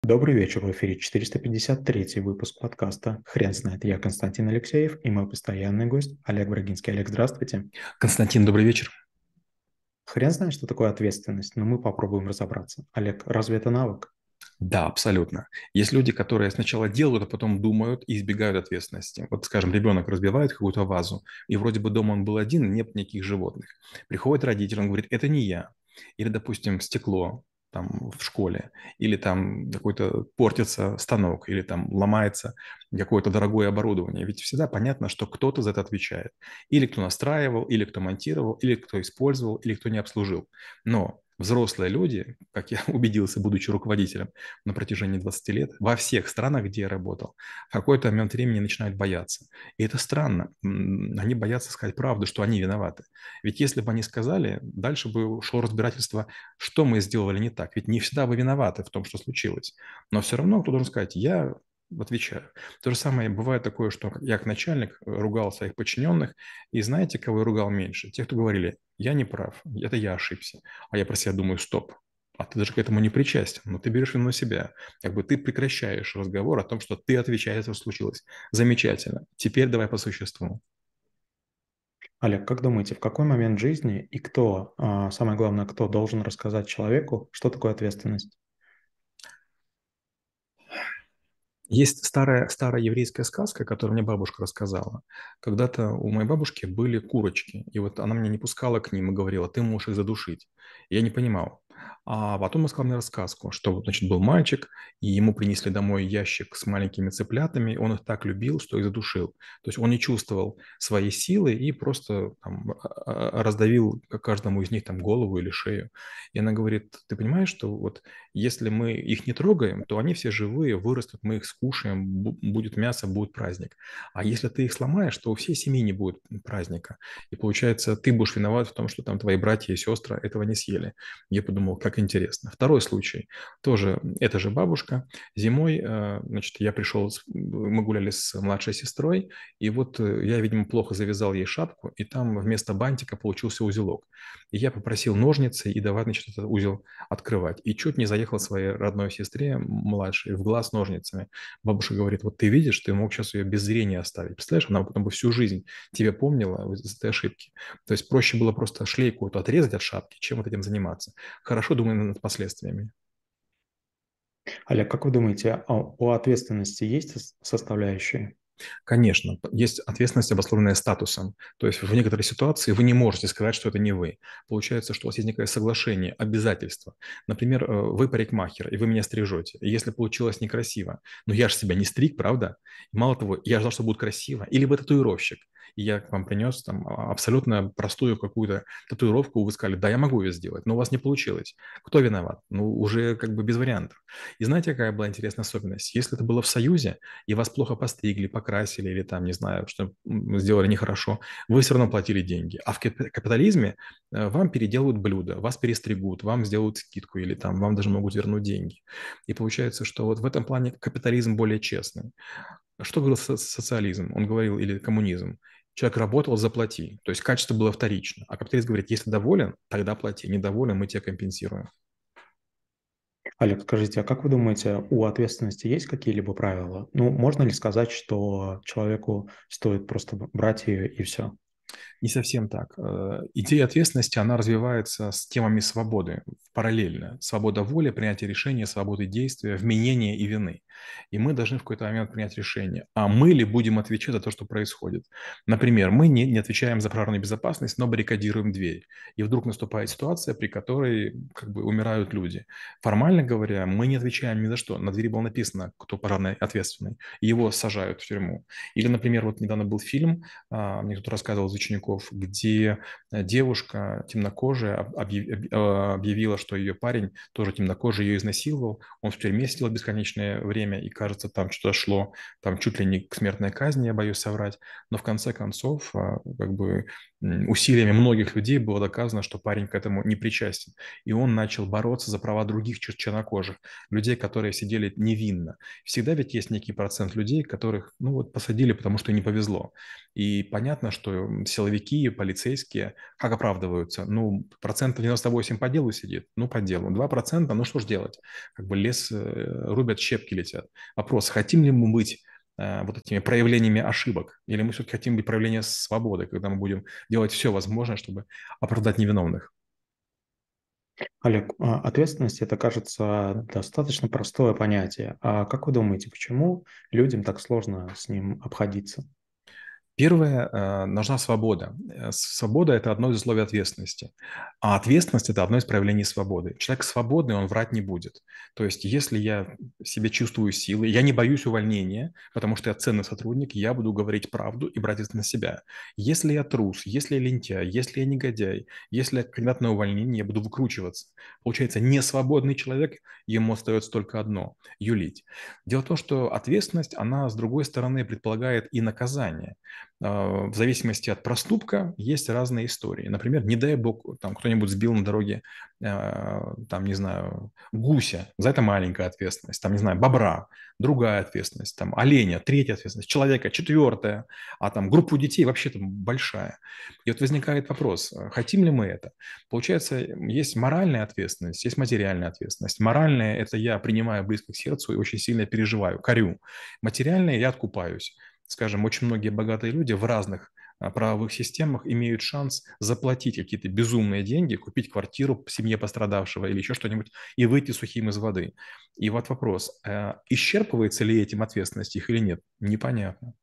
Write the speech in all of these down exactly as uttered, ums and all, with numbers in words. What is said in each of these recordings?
Добрый вечер, в эфире четыреста пятьдесят третий выпуск подкаста «Хрен знает». Я Константин Алексеев и мой постоянный гость Олег Брагинский. Олег, здравствуйте. Константин, добрый вечер. Хрен знает, что такое ответственность, но мы попробуем разобраться. Олег, разве это навык? Да, абсолютно. Есть люди, которые сначала делают, а потом думают и избегают ответственности. Вот, скажем, ребенок разбивает какую-то вазу, и вроде бы дома он был один, нет никаких животных. Приходит родитель, он говорит, это не я. Или, допустим, стекло там в школе, или там какой-то портится станок, или там ломается какое-то дорогое оборудование. Ведь всегда понятно, что кто-то за это отвечает. Или кто настраивал, или кто монтировал, или кто использовал, или кто не обслужил. Но взрослые люди, как я убедился, будучи руководителем, на протяжении двадцати лет во всех странах, где я работал, в какой-то момент времени начинают бояться. И это странно. М, Они боятся сказать правду, что они виноваты. Ведь если бы они сказали, дальше бы шло разбирательство, что мы сделали не так. Ведь не всегда вы виноваты в том, что случилось. Но все равно кто должен сказать, я отвечаю. То же самое бывает такое, что я как начальник э, ругал своих подчиненных, и знаете, кого я ругал меньше? Те, кто говорили, я не прав, это я ошибся. А я про себя думаю, стоп, а ты даже к этому не причастен, но ты берешь вину на себя. Как бы ты прекращаешь разговор о том, что ты отвечаешь, что случилось. Замечательно. Теперь давай по существу. Олег, как думаете, в какой момент жизни и кто, а, самое главное, кто должен рассказать человеку, что такое ответственность? Есть старая, старая еврейская сказка, которую мне бабушка рассказала. Когда-то у моей бабушки были курочки, и вот она меня не пускала к ним и говорила, ты можешь их задушить. Я не понимал. А потом рассказала мне рассказку, что вот, значит, был мальчик, и ему принесли домой ящик с маленькими цыплятами, он их так любил, что их задушил. То есть он не чувствовал своей силы и просто там, а, а, раздавил каждому из них там голову или шею. И она говорит, ты понимаешь, что вот если мы их не трогаем, то они все живые, вырастут, мы их скушаем, бу- будет мясо, будет праздник. А если ты их сломаешь, то у всей семьи не будет праздника. И получается, ты будешь виноват в том, что там твои братья и сестры этого не съели. Я подумал, как интересно. Второй случай. Тоже, это же бабушка. Зимой, э, значит, я пришел, с- мы гуляли с младшей сестрой, и вот э, я, видимо, плохо завязал ей шапку, и там вместо бантика получился узелок. И я попросил ножницы, и давай, значит, этот узел открывать. И чуть не заехал своей родной сестре младшей в глаз ножницами. Бабушка говорит, вот ты видишь, ты мог сейчас ее без зрения оставить. Представляешь, она потом бы всю жизнь тебя помнила из этой ошибки. То есть проще было просто шлейку эту отрезать от шапки, чем вот этим заниматься. Хорошо думаю над последствиями. Олег, как вы думаете, а у ответственности есть сос- составляющие? Конечно, есть ответственность, обусловленная статусом. То есть в некоторой ситуации вы не можете сказать, что это не вы. Получается, что у вас есть некое соглашение, обязательство. Например, э, вы парикмахер, и вы меня стрижете. И если получилось некрасиво, но я же себя не стриг, правда? И мало того, я ждал, что будет красиво. Или вы татуировщик, и я к вам принес там а, абсолютно простую какую-то татуировку, вы сказали, да, я могу ее сделать, но у вас не получилось. Кто виноват? Ну, уже как бы без вариантов. И знаете, какая была интересная особенность? Если это было в Союзе, и вас плохо постригли, покрасили или там, не знаю, что сделали нехорошо, вы все равно платили деньги. А в капитализме э, вам переделают блюдо, вас перестригут, вам сделают скидку или там вам даже могут вернуть деньги. И получается, что вот в этом плане капитализм более честный. Что говорил со- социализм? Он говорил, или коммунизм? Человек работал, заплати. То есть качество было вторично. А капиталист говорит, если доволен, тогда плати. Недоволен, мы тебя компенсируем. Олег, скажите, а как вы думаете, у ответственности есть какие-либо правила? Ну, можно ли сказать, что человеку стоит просто брать ее и все? Не совсем так. Э, Идея ответственности, она развивается с темами свободы параллельно. Свобода воли, принятие решения, свободы действия, вменения и вины. И мы должны в какой-то момент принять решение. А мы ли будем отвечать за то, что происходит? Например, мы не, не отвечаем за пожарную безопасность, но баррикадируем дверь. И вдруг наступает ситуация, при которой как бы умирают люди. Формально говоря, мы не отвечаем ни за что. На двери было написано, кто пожарный ответственный. Его сажают в тюрьму. Или, например, вот недавно был фильм, а, мне кто-то рассказывал из учеников, где э, девушка темнокожая об- объяв- об- э, объявила, что ее парень тоже темнокожий, ее изнасиловал. Он в тюрьме сидел бесконечное время, и, кажется, там что-то шло, там чуть ли не к смертной казни, я боюсь соврать. Но в конце концов, а, как бы м, усилиями многих людей было доказано, что парень к этому не причастен. И он начал бороться за права других чер- чернокожих, людей, которые сидели невинно. Всегда ведь есть некий процент людей, которых, ну вот, посадили, потому что им не повезло. И понятно, что силовики, полицейские, как оправдываются? Ну, процентов девяносто восемь по делу сидит, ну, по делу. два процента, ну, что ж делать? Как бы лес э, рубят, щепки летят. Вопрос, хотим ли мы быть э, вот этими проявлениями ошибок? Или мы все-таки хотим быть проявлением свободы, когда мы будем делать все возможное, чтобы оправдать невиновных? Олег, а, ответственность — это, кажется, достаточно простое понятие. А как вы думаете, почему людям так сложно с ним обходиться? Первое, э, нужна свобода. Э, Свобода – это одно из условий ответственности. А ответственность – это одно из проявлений свободы. Человек свободный, он врать не будет. То есть, если я себе чувствую силы, я не боюсь увольнения, потому что я ценный сотрудник, я буду говорить правду и брать это на себя. Если я трус, если я лентяй, если я негодяй, если я кандидат на увольнение, я буду выкручиваться. Получается, несвободный человек, ему остается только одно – юлить. Дело в том, что ответственность, она, с другой стороны, предполагает и наказание. А, в зависимости от проступка есть разные истории. Например, не дай бог, там кто-нибудь сбил на дороге, а, там, не знаю, гуся, за это маленькая ответственность, там, не знаю, бобра, другая ответственность, там, оленя, третья ответственность, человека, четвертая, а там группу детей вообще там большая. И вот возникает вопрос, а хотим ли мы это? Получается, есть моральная ответственность, есть материальная ответственность. Моральная – это я принимаю близко к сердцу и очень сильно переживаю, корю. Материальная – я откупаюсь. Скажем, очень многие богатые люди в разных а, правовых системах имеют шанс заплатить какие-то безумные деньги, купить квартиру семье пострадавшего или еще что-нибудь и выйти сухим из воды. И вот вопрос, э, исчерпывается ли этим ответственность их или нет? Непонятно.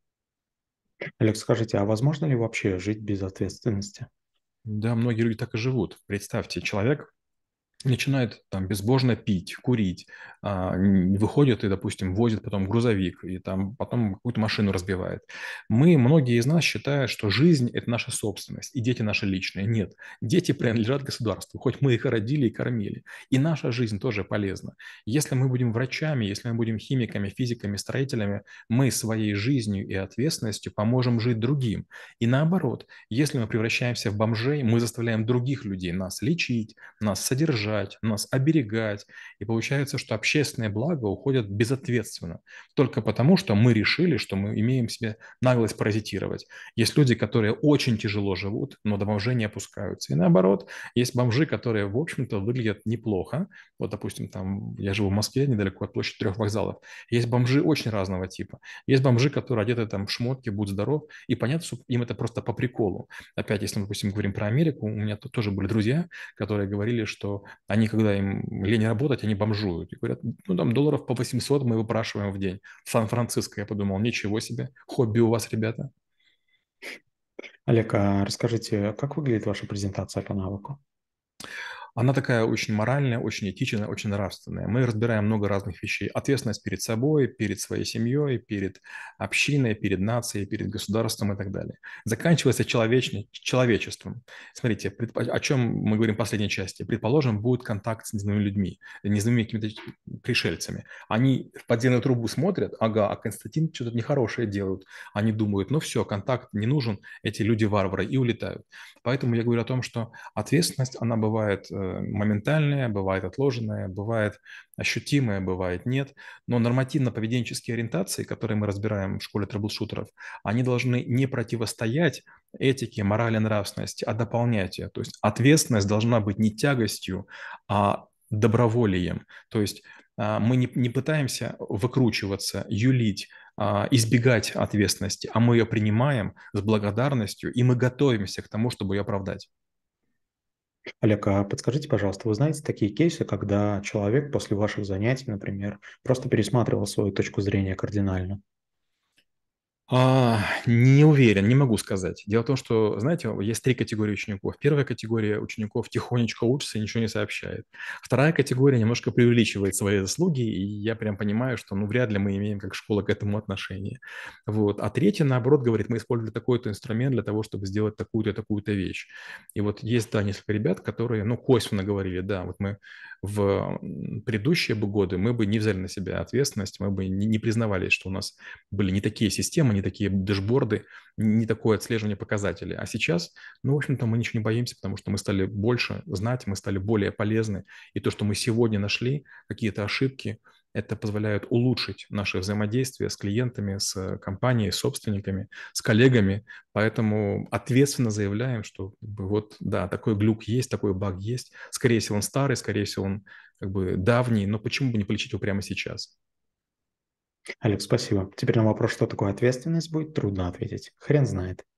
Олег, скажите, а возможно ли вообще жить без ответственности? Да, многие люди так и живут. Представьте, человек начинает там безбожно пить, курить, а, н- выходит и, допустим, возит потом грузовик, и там потом какую-то машину разбивает. Мы, многие из нас считают, что жизнь – это наша собственность, и дети наши личные. Нет, дети принадлежат государству, хоть мы их и родили и кормили. И наша жизнь тоже полезна. Если мы будем врачами, если мы будем химиками, физиками, строителями, мы своей жизнью и ответственностью поможем жить другим. И наоборот, если мы превращаемся в бомжей, мы заставляем других людей нас лечить, нас содержать, нас оберегать. И получается, что общественное благо уходят безответственно. Только потому, что мы решили, что мы имеем в себе наглость паразитировать. Есть люди, которые очень тяжело живут, но до бомжей не опускаются. И наоборот, есть бомжи, которые, в общем-то, выглядят неплохо. Вот, допустим, там, я живу в Москве, недалеко от площади трех вокзалов. Есть бомжи очень разного типа. Есть бомжи, которые одеты там в шмотки, будь здоров, и понятно, что им это просто по приколу. Опять, если мы, допустим, говорим про Америку, у меня тут тоже были друзья, которые говорили, что они, когда им лень работать, они бомжуют. И говорят, ну там долларов по восемьсот мы выпрашиваем в день. В Сан-Франциско я подумал, ничего себе, хобби у вас, ребята. Олег, а расскажите, как выглядит ваша презентация по навыку? Она такая очень моральная, очень этичная, очень нравственная. Мы разбираем много разных вещей. Ответственность перед собой, перед своей семьей, перед общиной, перед нацией, перед государством и так далее. Заканчивается человечне- человечеством. Смотрите, предпо- о чем мы говорим в последней части. Предположим, будет контакт с незнакомыми людьми, незнакомыми какими-то пришельцами. Они в подземную трубу смотрят, ага, а Константин что-то нехорошее делают. Они думают, ну все, контакт не нужен, эти люди варвары, и улетают. Поэтому я говорю о том, что ответственность, она бывает э, моментальная, бывает отложенная, бывает ощутимая, бывает нет. Но нормативно-поведенческие ориентации, которые мы разбираем в школе трэблшутеров, они должны не противостоять этике, морали, нравственности, а дополнять ее. То есть ответственность должна быть не тягостью, а доброволием. То есть а, мы не, не пытаемся выкручиваться, юлить, а, избегать ответственности, а мы ее принимаем с благодарностью, и мы готовимся к тому, чтобы ее оправдать. Олег, а подскажите, пожалуйста, вы знаете такие кейсы, когда человек после ваших занятий, например, просто пересматривал свою точку зрения кардинально? А, не уверен, не могу сказать. Дело в том, что, знаете, есть три категории учеников. Первая категория учеников тихонечко учится и ничего не сообщает. Вторая категория немножко преувеличивает свои заслуги, и я прям понимаю, что ну вряд ли мы имеем как школа к этому отношение. Вот. А третья, наоборот, говорит, мы использовали такой-то инструмент для того, чтобы сделать такую-то, такую-то вещь. И вот есть, да, несколько ребят, которые, ну, косвенно говорили, да, вот мы в предыдущие бы годы мы бы не взяли на себя ответственность, мы бы не, не признавали, что у нас были не такие системы, не такие дэшборды, не такое отслеживание показателей. А сейчас, ну, в общем-то, мы ничего не боимся, потому что мы стали больше знать, мы стали более полезны. И то, что мы сегодня нашли, какие-то ошибки, Это позволяет улучшить наше взаимодействие с клиентами, с компанией, с собственниками, с коллегами. Поэтому ответственно заявляем, что как бы, вот, да, такой глюк есть, такой баг есть. Скорее всего, он старый, скорее всего, он как бы давний, но почему бы не полечить его прямо сейчас? Олег, спасибо. Теперь на вопрос, что такое ответственность, будет трудно ответить. Хрен знает.